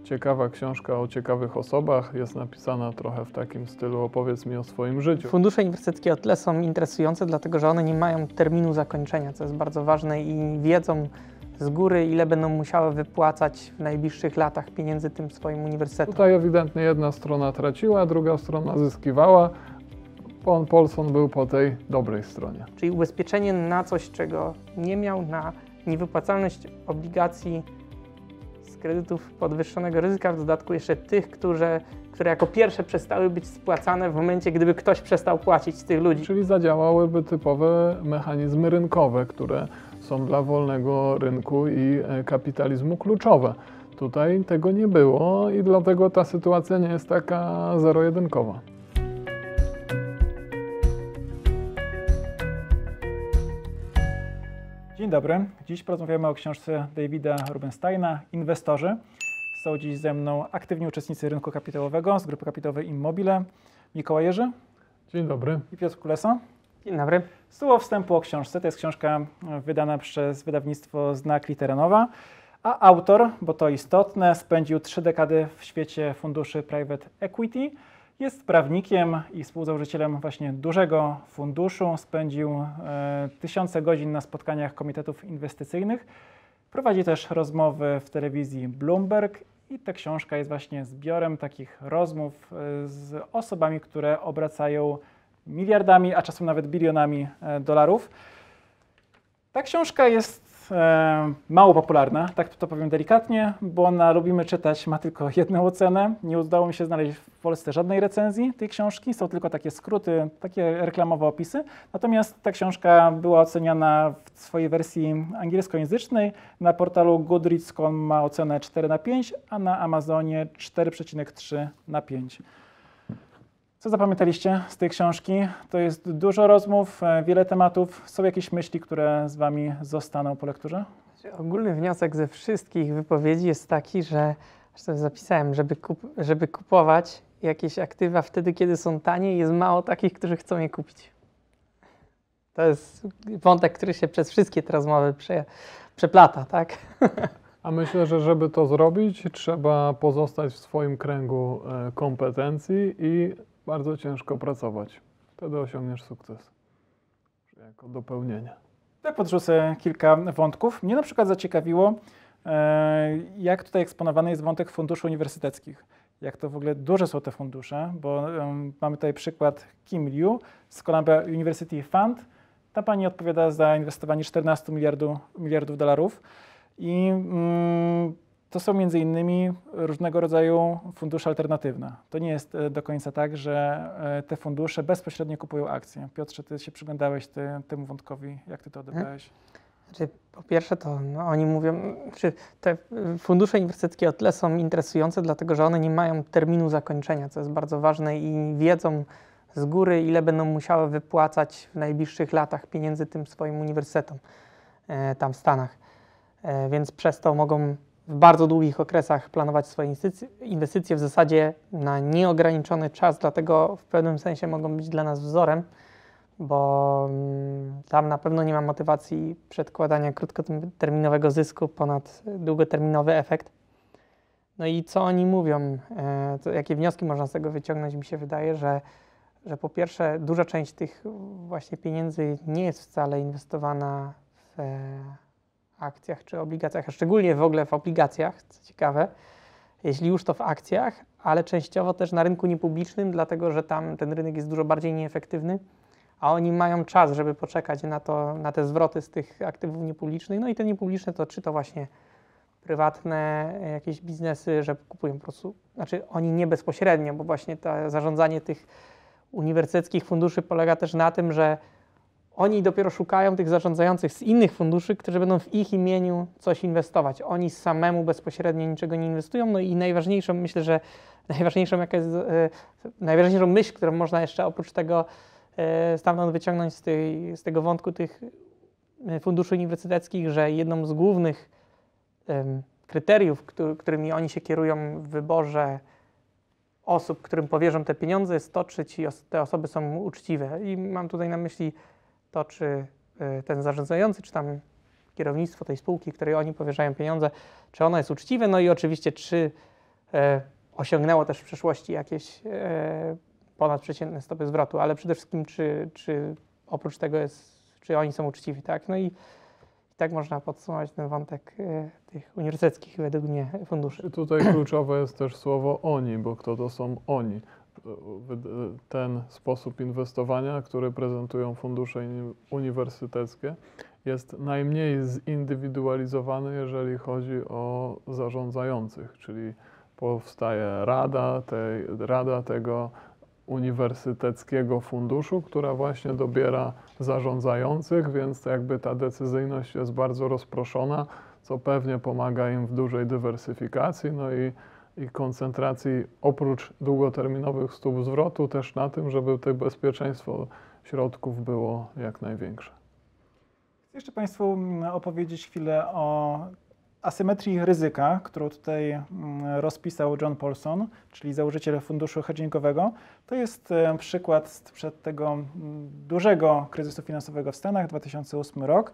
ciekawa książka o ciekawych osobach. Jest napisana trochę w takim stylu opowiedz mi o swoim życiu. Fundusze inwestycje o tyle są interesujące, dlatego że one nie mają terminu zakończenia, co jest bardzo ważne i wiedzą z góry, ile będą musiały wypłacać w najbliższych latach pieniędzy tym swoim uniwersytetom. Tutaj ewidentnie jedna strona traciła, druga strona zyskiwała. Pan Paulson był po tej dobrej stronie. Czyli ubezpieczenie na coś, czego nie miał, na niewypłacalność obligacji z kredytów podwyższonego ryzyka, w dodatku jeszcze tych, które jako pierwsze przestały być spłacane w momencie, gdyby ktoś przestał płacić z tych ludzi. Czyli zadziałałyby typowe mechanizmy rynkowe, które są dla wolnego rynku i kapitalizmu kluczowe. Tutaj tego nie było i dlatego ta sytuacja nie jest taka zero-jedynkowa. Dzień dobry. Dziś porozmawiamy o książce Davida Rubensteina Inwestorzy. Są dziś ze mną aktywni uczestnicy rynku kapitałowego z grupy kapitałowej Immobile. Mikołaj Jerzy. Dzień dobry. I Piotr Kulesa. Dzień dobry. Słowo wstępu o książce. To jest książka wydana przez wydawnictwo Znak Literanowa, a autor, bo to istotne, spędził 3 dekady w świecie funduszy private equity. Jest prawnikiem i współzałożycielem właśnie dużego funduszu. Spędził tysiące godzin na spotkaniach komitetów inwestycyjnych. Prowadzi też rozmowy w telewizji Bloomberg i ta książka jest właśnie zbiorem takich rozmów z osobami, które obracają miliardami, a czasem nawet bilionami dolarów. Ta książka jest mało popularna, tak to powiem delikatnie, bo ona, lubimy czytać, ma tylko jedną ocenę. Nie udało mi się znaleźć w Polsce żadnej recenzji tej książki, są tylko takie skróty, takie reklamowe opisy. Natomiast ta książka była oceniana w swojej wersji angielskojęzycznej. Na portalu Goodreads.com ma ocenę 4/5, a na Amazonie 4,3/5. Co zapamiętaliście z tej książki? To jest dużo rozmów, wiele tematów. Są jakieś myśli, które z Wami zostaną po lekturze? Ogólny wniosek ze wszystkich wypowiedzi jest taki, że sobie zapisałem, żeby kupować jakieś aktywa wtedy, kiedy są tanie, jest mało takich, którzy chcą je kupić. To jest wątek, który się przez wszystkie te rozmowy przeplata, tak? A myślę, że żeby to zrobić, trzeba pozostać w swoim kręgu kompetencji i bardzo ciężko pracować. Wtedy osiągniesz sukces. Jako dopełnienie. Ja podrzucę kilka wątków. Mnie na przykład zaciekawiło, jak tutaj eksponowany jest wątek funduszy uniwersyteckich. Jak to w ogóle duże są te fundusze, bo mamy tutaj przykład Kim Liu z Columbia University Fund. Ta pani odpowiada za inwestowanie 14 miliardów dolarów i to są między innymi różnego rodzaju fundusze alternatywne. To nie jest do końca tak, że te fundusze bezpośrednio kupują akcje. Piotrze, ty się przyglądałeś temu wątkowi. Jak ty to odebrałeś? Znaczy, po pierwsze to oni mówią, te fundusze inwestycje o tyle są interesujące, dlatego że one nie mają terminu zakończenia, co jest bardzo ważne i wiedzą z góry, ile będą musiały wypłacać w najbliższych latach pieniędzy tym swoim uniwersytetom tam w Stanach. Więc przez to mogą w bardzo długich okresach planować swoje inwestycje w zasadzie na nieograniczony czas, dlatego w pewnym sensie mogą być dla nas wzorem, bo tam na pewno nie ma motywacji przedkładania krótkoterminowego zysku ponad długoterminowy efekt. No i co oni mówią, jakie wnioski można z tego wyciągnąć? Mi się wydaje, że po pierwsze duża część tych właśnie pieniędzy nie jest wcale inwestowana w akcjach czy obligacjach, a szczególnie w ogóle w obligacjach, co ciekawe, jeśli już to w akcjach, ale częściowo też na rynku niepublicznym, dlatego że tam ten rynek jest dużo bardziej nieefektywny, a oni mają czas, żeby poczekać na te zwroty z tych aktywów niepublicznych. No i te niepubliczne to czy to właśnie prywatne jakieś biznesy, że kupują po prostu, znaczy oni nie bezpośrednio, bo właśnie to zarządzanie tych uniwersyteckich funduszy polega też na tym, że oni dopiero szukają tych zarządzających z innych funduszy, którzy będą w ich imieniu coś inwestować. Oni samemu bezpośrednio niczego nie inwestują. No i najważniejszą, myślę, że najważniejszą myśl, którą można jeszcze oprócz tego stamtąd wyciągnąć z tego wątku tych funduszy uniwersyteckich, że jedną z głównych kryteriów, którymi oni się kierują w wyborze osób, którym powierzą te pieniądze, jest to, czy te osoby są uczciwe. I mam tutaj na myśli to, czy ten zarządzający, czy tam kierownictwo tej spółki, której oni powierzają pieniądze, czy ono jest uczciwe, no i oczywiście, czy osiągnęło też w przeszłości jakieś ponadprzeciętne stopy zwrotu, ale przede wszystkim czy oprócz tego czy oni są uczciwi, tak? No i tak można podsumować ten wątek tych uniwersyteckich według mnie funduszy. Tutaj kluczowe jest też słowo oni, bo kto to są oni? Ten sposób inwestowania, który prezentują fundusze uniwersyteckie, jest najmniej zindywidualizowany, jeżeli chodzi o zarządzających, czyli powstaje rada tego uniwersyteckiego funduszu, która właśnie dobiera zarządzających, więc jakby ta decyzyjność jest bardzo rozproszona, co pewnie pomaga im w dużej dywersyfikacji, no i koncentracji oprócz długoterminowych stóp zwrotu też na tym, żeby to bezpieczeństwo środków było jak największe. Chcę jeszcze Państwu opowiedzieć chwilę o asymetrii ryzyka, którą tutaj rozpisał John Paulson, czyli założyciel funduszu hedgingowego. To jest przykład sprzed tego dużego kryzysu finansowego w Stanach, 2008 rok.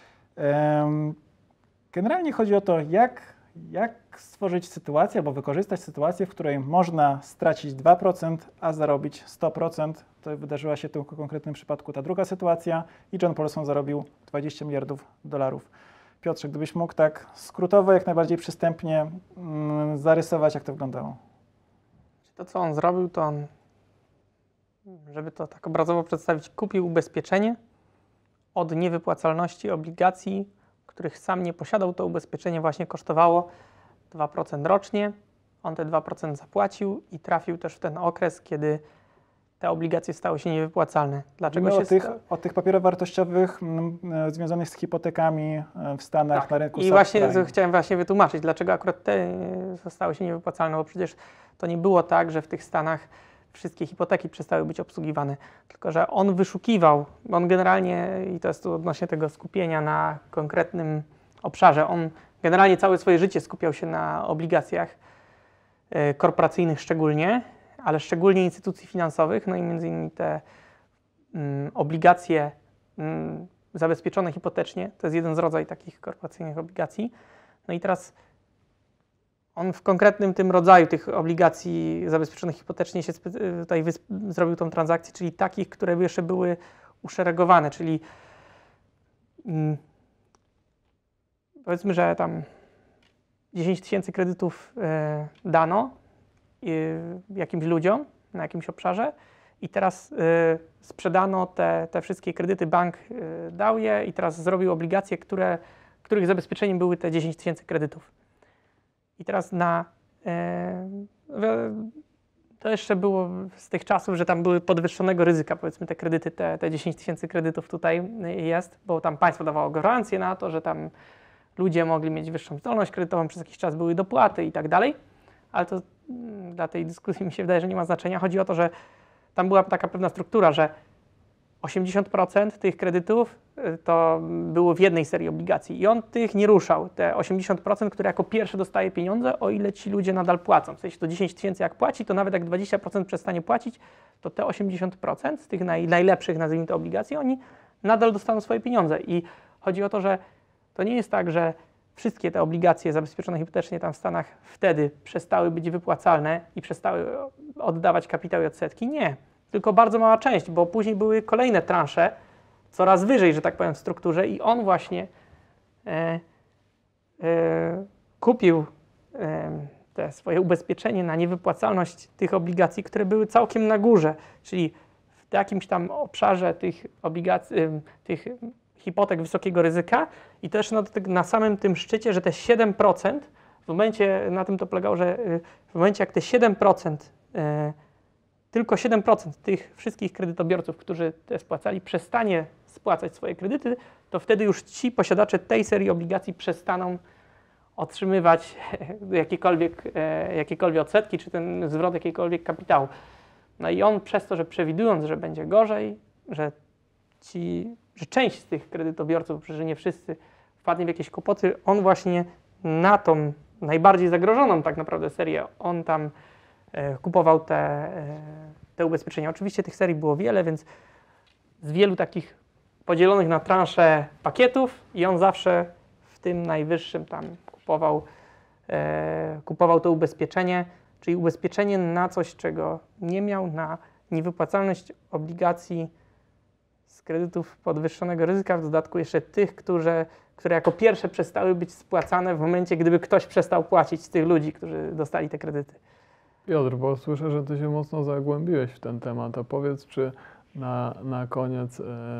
Generalnie chodzi o to, jak stworzyć sytuację albo wykorzystać sytuację, w której można stracić 2%, a zarobić 100%. To wydarzyła się tu w konkretnym przypadku ta druga sytuacja i John Paulson zarobił $20 miliardów. Piotrze, gdybyś mógł tak skrótowo, jak najbardziej przystępnie zarysować, jak to wyglądało. To, co on zrobił, to on, żeby to tak obrazowo przedstawić, kupił ubezpieczenie od niewypłacalności obligacji, których sam nie posiadał. To ubezpieczenie właśnie kosztowało 2% rocznie. On te 2% zapłacił i trafił też w ten okres, kiedy te obligacje stały się niewypłacalne. Dlaczego o tych papierach wartościowych związanych z hipotekami w Stanach tak, na rynku i właśnie chciałem wytłumaczyć, dlaczego akurat te zostały się niewypłacalne, bo przecież to nie było tak, że w tych Stanach wszystkie hipoteki przestały być obsługiwane, tylko że on wyszukiwał, bo on generalnie, i to jest tu odnośnie tego skupienia na konkretnym obszarze, on generalnie całe swoje życie skupiał się na obligacjach korporacyjnych szczególnie, ale szczególnie instytucji finansowych, no i między innymi te obligacje zabezpieczone hipotecznie, to jest jeden z rodzajów takich korporacyjnych obligacji. No i teraz on w konkretnym tym rodzaju tych obligacji zabezpieczonych hipotecznie się tutaj zrobił tą transakcję, czyli takich, które jeszcze były uszeregowane, czyli powiedzmy, że tam 10 tysięcy kredytów dano jakimś ludziom na jakimś obszarze i teraz sprzedano te wszystkie kredyty, bank dał je i teraz zrobił obligacje, których zabezpieczeniem były te 10 tysięcy kredytów. I teraz to jeszcze było z tych czasów, że tam były podwyższonego ryzyka, powiedzmy te kredyty, te 10 tysięcy kredytów tutaj jest, bo tam państwo dawało gwarancję na to, że tam ludzie mogli mieć wyższą zdolność kredytową, przez jakiś czas były dopłaty i tak dalej, ale to dla tej dyskusji mi się wydaje, że nie ma znaczenia. Chodzi o to, że tam była taka pewna struktura, że 80% tych kredytów to było w jednej serii obligacji i on tych nie ruszał. Te 80%, które jako pierwsze dostaje pieniądze, o ile ci ludzie nadal płacą. W sensie to 10 tysięcy jak płaci, to nawet jak 20% przestanie płacić, to te 80% z tych najlepszych, nazwijmy to, obligacji, oni nadal dostaną swoje pieniądze. I chodzi o to, że to nie jest tak, że wszystkie te obligacje zabezpieczone hipotecznie tam w Stanach wtedy przestały być wypłacalne i przestały oddawać kapitał i odsetki. Nie. Tylko bardzo mała część, bo później były kolejne transze, coraz wyżej, że tak powiem, w strukturze i on właśnie kupił te swoje ubezpieczenie na niewypłacalność tych obligacji, które były całkiem na górze, czyli w jakimś tam obszarze tych obligacji, tych hipotek wysokiego ryzyka i też na samym tym szczycie, że te 7%, w momencie, na tym to polegało, że w momencie jak te 7%, tylko 7% tych wszystkich kredytobiorców, którzy te spłacali, przestanie spłacać swoje kredyty, to wtedy już ci posiadacze tej serii obligacji przestaną otrzymywać jakiekolwiek odsetki, czy ten zwrot jakiegokolwiek kapitału. No i on przez to, że przewidując, że będzie gorzej, że część z tych kredytobiorców, że nie wszyscy, wpadnie w jakieś kłopoty, on właśnie na tą najbardziej zagrożoną tak naprawdę serię, on tam kupował te ubezpieczenia. Oczywiście tych serii było wiele, więc z wielu takich podzielonych na transze pakietów i on zawsze w tym najwyższym tam kupował kupował to ubezpieczenie, czyli ubezpieczenie na coś, czego nie miał, na niewypłacalność obligacji z kredytów podwyższonego ryzyka, w dodatku jeszcze tych, które jako pierwsze przestały być spłacane w momencie, gdyby ktoś przestał płacić z tych ludzi, którzy dostali te kredyty. Piotr, bo słyszę, że ty się mocno zagłębiłeś w ten temat, a powiedz, czy na koniec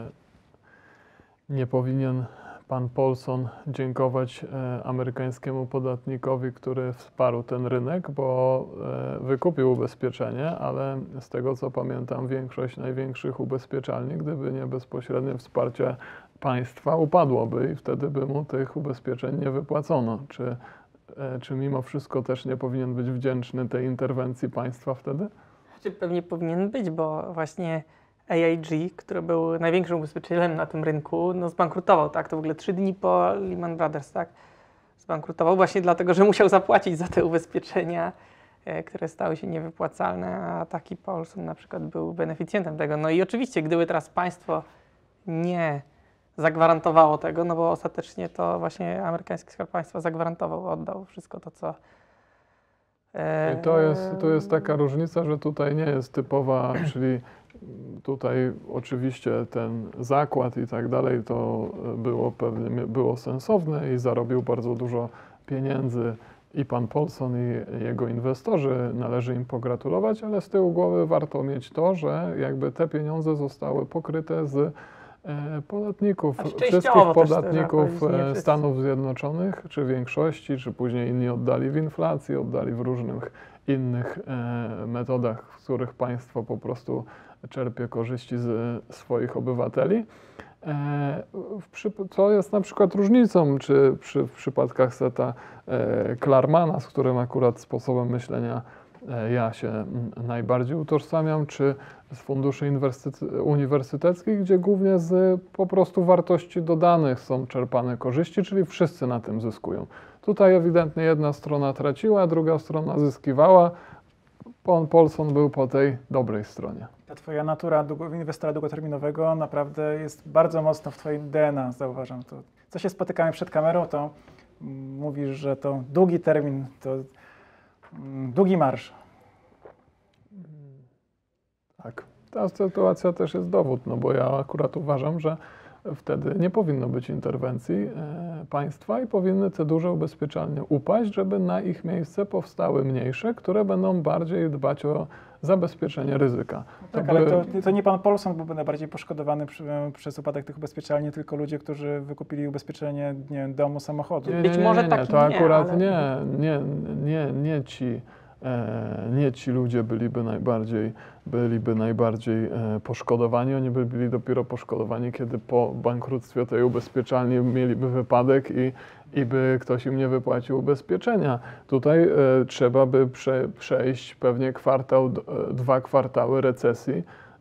nie powinien pan Paulson dziękować amerykańskiemu podatnikowi, który wsparł ten rynek, bo wykupił ubezpieczenie, ale z tego co pamiętam, większość największych ubezpieczalni, gdyby nie bezpośrednie wsparcie państwa, upadłoby i wtedy by mu tych ubezpieczeń nie wypłacono. Czy mimo wszystko też nie powinien być wdzięczny tej interwencji państwa wtedy? Pewnie powinien być, bo właśnie AIG, który był największym ubezpieczycielem na tym rynku, no zbankrutował, tak? To w ogóle 3 dni po Lehman Brothers, tak? Zbankrutował właśnie dlatego, że musiał zapłacić za te ubezpieczenia, które stały się niewypłacalne, a taki Paulson na przykład był beneficjentem tego. No i oczywiście, gdyby teraz państwo nie zagwarantowało tego, no bo ostatecznie to właśnie amerykański Skarb Państwa zagwarantował, oddał wszystko to, co... I to jest taka różnica, że tutaj nie jest typowa, czyli tutaj oczywiście ten zakład i tak dalej, to było sensowne i zarobił bardzo dużo pieniędzy i pan Paulson i jego inwestorzy, należy im pogratulować, ale z tyłu głowy warto mieć to, że jakby te pieniądze zostały pokryte z podatników, wszystkich podatników Stanów Zjednoczonych, czy większości, czy później inni oddali w inflacji, oddali w różnych innych metodach, w których państwo po prostu czerpie korzyści z swoich obywateli. Co jest na przykład różnicą, czy w przypadkach Seta Klarmana, z którym akurat sposobem myślenia ja się najbardziej utożsamiam, czy z funduszy uniwersyteckich, gdzie głównie z po prostu wartości dodanych są czerpane korzyści, czyli wszyscy na tym zyskują. Tutaj ewidentnie jedna strona traciła, druga strona zyskiwała. Pan Paulson był po tej dobrej stronie. Ta twoja natura inwestora długoterminowego naprawdę jest bardzo mocno w twoim DNA, zauważam to. Co się spotykamy przed kamerą, to mówisz, że to długi termin, to długi marsz. Tak. Ta sytuacja też jest dowód, no bo ja akurat uważam, że wtedy nie powinno być interwencji państwa i powinny te duże ubezpieczalnie upaść, żeby na ich miejsce powstały mniejsze, które będą bardziej dbać o zabezpieczenie ryzyka. No tak, ale to nie pan Paulson byłby najbardziej poszkodowany przez upadek tych ubezpieczalni, tylko ludzie, którzy wykupili ubezpieczenie, nie wiem, domu, samochodu. Być może tak to nie, akurat ale... nie ci ludzie byliby najbardziej poszkodowani. Oni by byli dopiero poszkodowani, kiedy po bankructwie tej ubezpieczalni mieliby wypadek i by ktoś im nie wypłacił ubezpieczenia. Tutaj trzeba by przejść pewnie kwartał, 2 kwartały recesji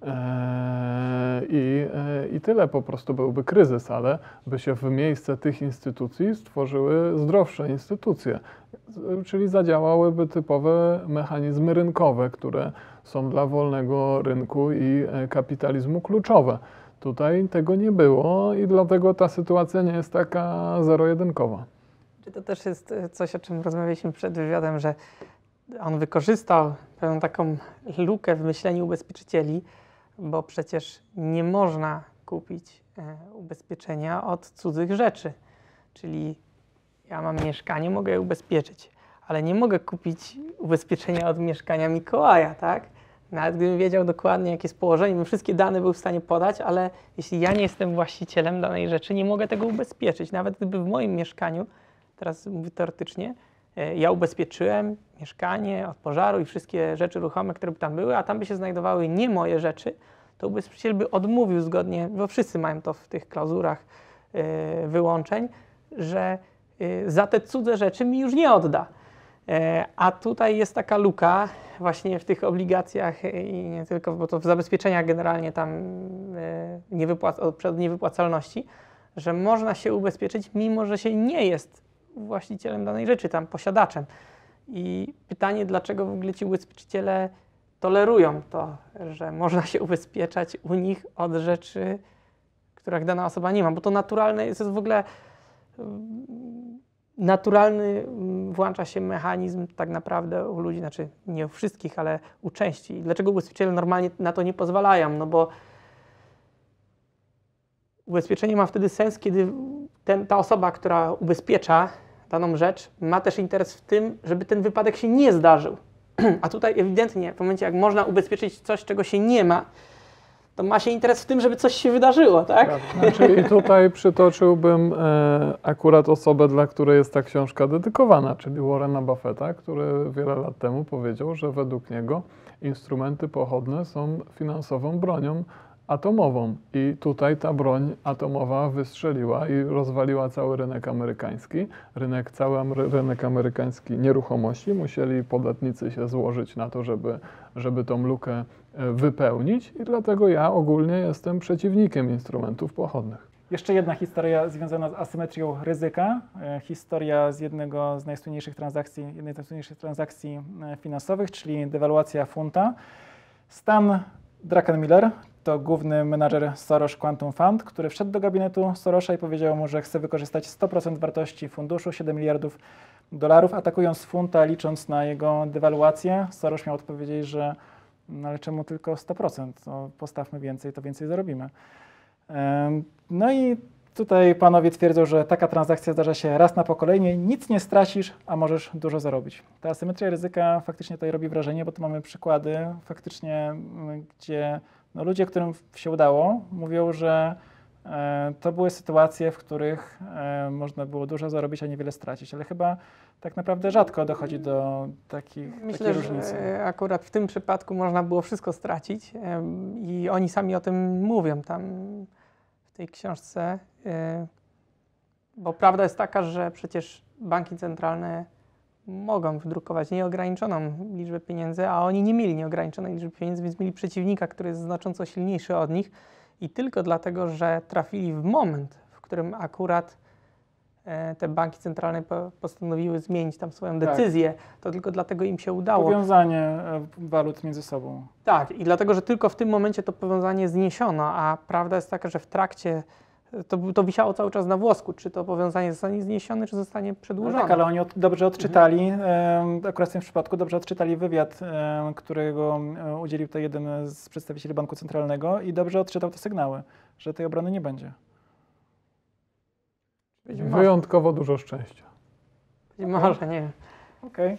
i tyle, po prostu byłby kryzys, ale by się w miejsce tych instytucji stworzyły zdrowsze instytucje, czyli zadziałałyby typowe mechanizmy rynkowe, które są dla wolnego rynku i kapitalizmu kluczowe. Tutaj tego nie było i dlatego ta sytuacja nie jest taka zero-jedynkowa. To też jest coś, o czym rozmawialiśmy przed wywiadem, że on wykorzystał pewną taką lukę w myśleniu ubezpieczycieli, bo przecież nie można kupić ubezpieczenia od cudzych rzeczy. Czyli ja mam mieszkanie, mogę je ubezpieczyć, ale nie mogę kupić ubezpieczenia od mieszkania Mikołaja, tak? Nawet gdybym wiedział dokładnie, jakie jest położenie, bym wszystkie dane był w stanie podać, ale jeśli ja nie jestem właścicielem danej rzeczy, nie mogę tego ubezpieczyć. Nawet gdyby w moim mieszkaniu, teraz mówię teoretycznie, ja ubezpieczyłem mieszkanie od pożaru i wszystkie rzeczy ruchome, które by tam były, a tam by się znajdowały nie moje rzeczy, to ubezpieczyciel by odmówił zgodnie, bo wszyscy mają to w tych klauzurach wyłączeń, że za te cudze rzeczy mi już nie odda. A tutaj jest taka luka właśnie w tych obligacjach i nie tylko, bo to w zabezpieczeniach generalnie tam przed niewypłacalności, że można się ubezpieczyć, mimo że się nie jest właścicielem danej rzeczy, tam posiadaczem. I pytanie, dlaczego w ogóle ci ubezpieczyciele tolerują to, że można się ubezpieczać u nich od rzeczy, których dana osoba nie ma, bo to naturalne jest w ogóle naturalny włącza się mechanizm tak naprawdę u ludzi, znaczy nie u wszystkich, ale u części. Dlaczego ubezpieczyciele normalnie na to nie pozwalają? No bo ubezpieczenie ma wtedy sens, kiedy ta osoba, która ubezpiecza daną rzecz, ma też interes w tym, żeby ten wypadek się nie zdarzył. A tutaj ewidentnie w momencie, jak można ubezpieczyć coś, czego się nie ma, to ma się interes w tym, żeby coś się wydarzyło, tak? Znaczy i tutaj przytoczyłbym akurat osobę, dla której jest ta książka dedykowana, czyli Warrena Buffetta, który wiele lat temu powiedział, że według niego instrumenty pochodne są finansową bronią atomową. I tutaj ta broń atomowa wystrzeliła i rozwaliła cały rynek amerykański. Cały rynek amerykański nieruchomości. Musieli podatnicy się złożyć na to, żeby tą lukę wypełnić i dlatego ja ogólnie jestem przeciwnikiem instrumentów pochodnych. Jeszcze jedna historia związana z asymetrią ryzyka. Historia z jednej z najsłynniejszych transakcji finansowych, czyli dewaluacja funta. Stan Druckenmiller to główny menadżer Soros Quantum Fund, który wszedł do gabinetu Sorosa i powiedział mu, że chce wykorzystać 100% wartości funduszu, 7 miliardów dolarów, atakując funta, licząc na jego dewaluację. Soros miał odpowiedzieć, że no ale czemu tylko 100%? No, postawmy więcej, to więcej zarobimy. No i tutaj panowie twierdzą, że taka transakcja zdarza się raz na pokolenie, nic nie stracisz, a możesz dużo zarobić. Ta asymetria ryzyka faktycznie tutaj robi wrażenie, bo tu mamy przykłady faktycznie, gdzie no, ludzie, którym się udało, mówią, że to były sytuacje, w których można było dużo zarobić, a niewiele stracić, ale chyba tak naprawdę rzadko dochodzi do takiej różnicy. Że akurat w tym przypadku można było wszystko stracić i oni sami o tym mówią tam w tej książce, bo prawda jest taka, że przecież banki centralne mogą wydrukować nieograniczoną liczbę pieniędzy, a oni nie mieli nieograniczonej liczby pieniędzy, więc mieli przeciwnika, który jest znacząco silniejszy od nich i tylko dlatego, że trafili w moment, w którym akurat te banki centralne postanowiły zmienić tam swoją decyzję, to tylko dlatego im się udało. Powiązanie walut między sobą. Tak, i dlatego, że tylko w tym momencie to powiązanie zniesiono, a prawda jest taka, że w trakcie to wisiało cały czas na włosku, czy to powiązanie zostanie zniesione, czy zostanie przedłużone. No tak, ale oni dobrze odczytali, akurat w tym przypadku dobrze odczytali wywiad, którego udzielił tutaj jeden z przedstawicieli Banku Centralnego i dobrze odczytał te sygnały, że tej obrony nie będzie. Wyjątkowo dużo szczęścia. Może, nie wiem. Okej.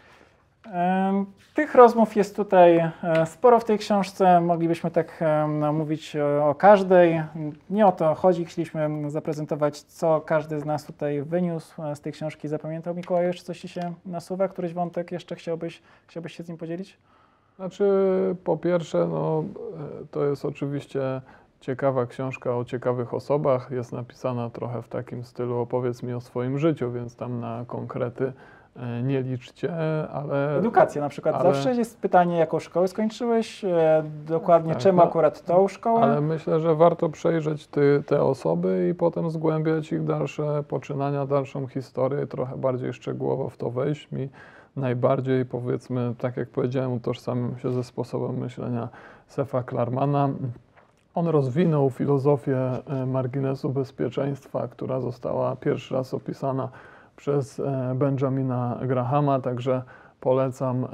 Tych rozmów jest tutaj sporo w tej książce. Moglibyśmy tak mówić o każdej. Nie o to chodzi. Chcieliśmy zaprezentować, co każdy z nas tutaj wyniósł z tej książki. Zapamiętał, Mikołaj, jeszcze coś Ci się nasuwa? Któryś wątek jeszcze chciałbyś się z nim podzielić? Znaczy, po pierwsze, no, to jest oczywiście ciekawa książka o ciekawych osobach. Jest napisana trochę w takim stylu opowiedz mi o swoim życiu, więc tam na konkrety nie liczcie, ale... Edukacja na przykład. Zawsze jest pytanie, jaką szkołę skończyłeś, dokładnie tak, czemu akurat tą szkołę. Ale myślę, że warto przejrzeć te osoby i potem zgłębiać ich dalsze poczynania, dalszą historię, trochę bardziej szczegółowo w to wejść. Mi najbardziej, powiedzmy, tak jak powiedziałem, utożsamiam się ze sposobem myślenia Sefa Klarmana. On rozwinął filozofię marginesu bezpieczeństwa, która została pierwszy raz opisana przez Benjamina Grahama, także polecam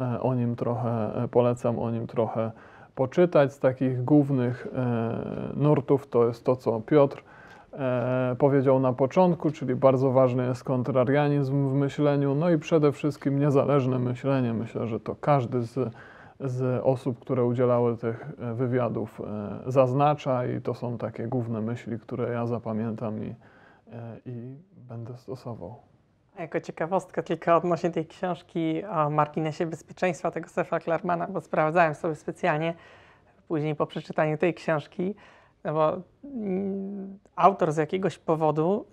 o nim trochę poczytać. Z takich głównych nurtów to jest to, co Piotr powiedział na początku, czyli bardzo ważny jest kontrarianizm w myśleniu, no i przede wszystkim niezależne myślenie. Myślę, że to każdy z osób, które udzielały tych wywiadów zaznacza i to są takie główne myśli, które ja zapamiętam i będę stosował. Jako ciekawostkę tylko odnośnie tej książki o marginesie bezpieczeństwa tego Sefa Klarmana, bo sprawdzałem sobie specjalnie później po przeczytaniu tej książki, no bo autor z jakiegoś powodu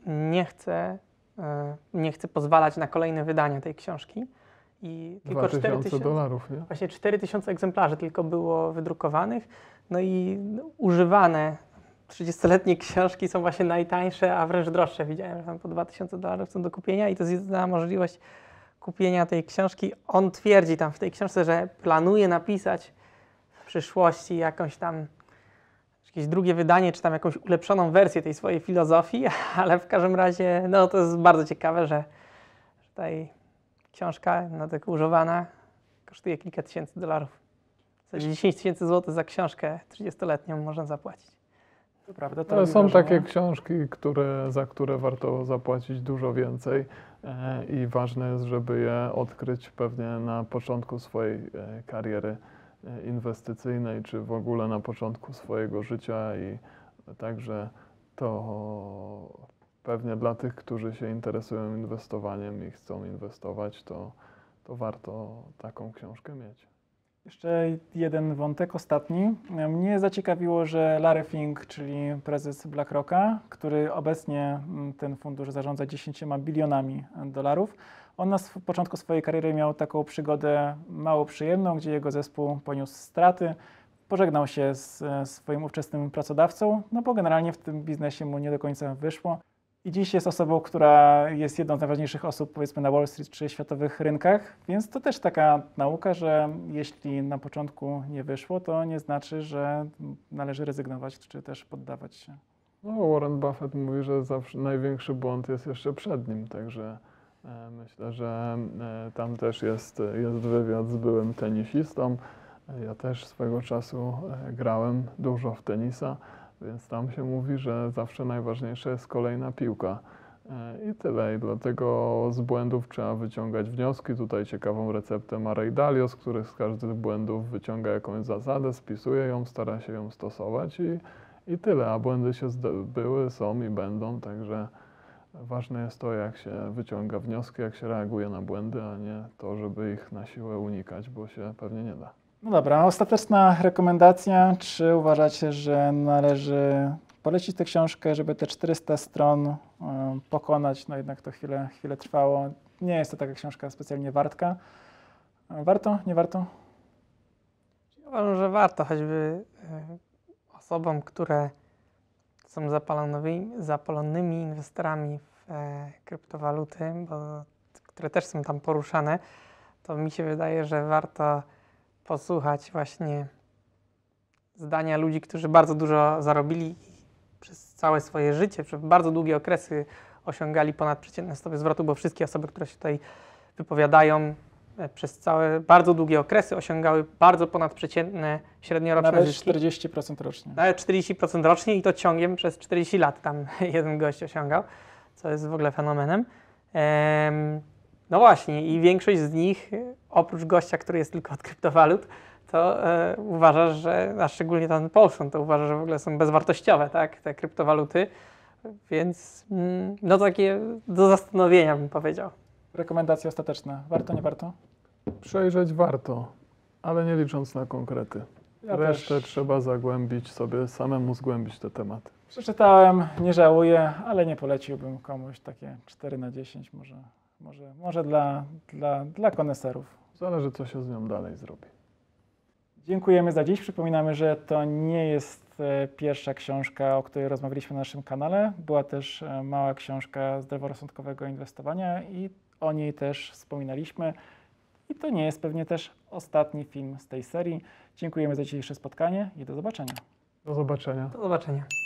nie chce pozwalać na kolejne wydania tej książki. I tylko $2000, nie? Właśnie 4000 egzemplarzy tylko było wydrukowanych, no i używane 30-letnie książki są właśnie najtańsze, a wręcz droższe. Widziałem, że tam po $2000 są do kupienia i to jest jedyna możliwość kupienia tej książki. On twierdzi tam w tej książce, że planuje napisać w przyszłości jakieś drugie wydanie, czy tam jakąś ulepszoną wersję tej swojej filozofii, ale w każdym razie, no to jest bardzo ciekawe, że tutaj książka, no tak używana, kosztuje kilka tysięcy dolarów. Za 10 tysięcy złotych za książkę 30-letnią można zapłacić. To prawda, to Ale robi są wrażenie. takie książki, za które warto zapłacić dużo więcej i ważne jest, żeby je odkryć pewnie na początku swojej kariery inwestycyjnej, czy w ogóle na początku swojego życia i także to pewnie dla tych, którzy się interesują inwestowaniem i chcą inwestować, to warto taką książkę mieć. Jeszcze jeden wątek, ostatni. Mnie zaciekawiło, że Larry Fink, czyli prezes BlackRocka, który obecnie ten fundusz zarządza 10 bilionami dolarów, on na początku swojej kariery miał taką przygodę mało przyjemną, gdzie jego zespół poniósł straty. Pożegnał się z swoim ówczesnym pracodawcą, no bo generalnie w tym biznesie mu nie do końca wyszło. I dziś jest osobą, która jest jedną z najważniejszych osób, powiedzmy, na Wall Street czy światowych rynkach, więc to też taka nauka, że jeśli na początku nie wyszło, to nie znaczy, że należy rezygnować czy też poddawać się. No, Warren Buffett mówi, że zawsze największy błąd jest jeszcze przed nim, także myślę, że tam też jest wywiad z byłym tenisistą. Ja też swego czasu grałem dużo w tenisa. Więc tam się mówi, że zawsze najważniejsza jest kolejna piłka. I tyle. I dlatego z błędów trzeba wyciągać wnioski. Tutaj ciekawą receptę ma Ray Dalio, z których z każdych błędów wyciąga jakąś zasadę, spisuje ją, stara się ją stosować i tyle. A błędy się były, są i będą, także ważne jest to, jak się wyciąga wnioski, jak się reaguje na błędy, a nie to, żeby ich na siłę unikać, bo się pewnie nie da. No dobra, ostateczna rekomendacja. Czy uważacie, że należy polecić tę książkę, żeby te 400 stron pokonać? No jednak to chwilę trwało. Nie jest to taka książka specjalnie wartka. Warto? Nie warto? Uważam, że warto, choćby osobom, które są zapalonymi inwestorami w kryptowaluty, które też są tam poruszane, to mi się wydaje, że warto posłuchać właśnie zdania ludzi, którzy bardzo dużo zarobili przez całe swoje życie, przez bardzo długie okresy osiągali ponadprzeciętne stopy zwrotu, bo wszystkie osoby, które się tutaj wypowiadają, przez całe bardzo długie okresy osiągały bardzo ponadprzeciętne średnioroczne Nawet zyski. 40% rocznie. Nawet 40% rocznie i to ciągiem przez 40 lat tam jeden gość osiągał, co jest w ogóle fenomenem. No właśnie i większość z nich, oprócz gościa, który jest tylko od kryptowalut, to uważa, że, a szczególnie ten Paulson, to uważa, że w ogóle są bezwartościowe, tak, te kryptowaluty, więc no takie do zastanowienia bym powiedział. Rekomendacja ostateczna. Warto, nie warto? Przejrzeć warto, ale nie licząc na konkrety. Ja Resztę też trzeba zagłębić sobie, samemu zgłębić te tematy. przeczytałem, nie żałuję, ale nie poleciłbym komuś takie 4/10, może dla koneserów. Zależy, co się z nią dalej zrobi. Dziękujemy za dziś. Przypominamy, że to nie jest pierwsza książka, o której rozmawialiśmy na naszym kanale. Była też mała książka zdroworozsądkowego inwestowania i o niej też wspominaliśmy. I to nie jest pewnie też ostatni film z tej serii. Dziękujemy za dzisiejsze spotkanie i do zobaczenia. Do zobaczenia. Do zobaczenia.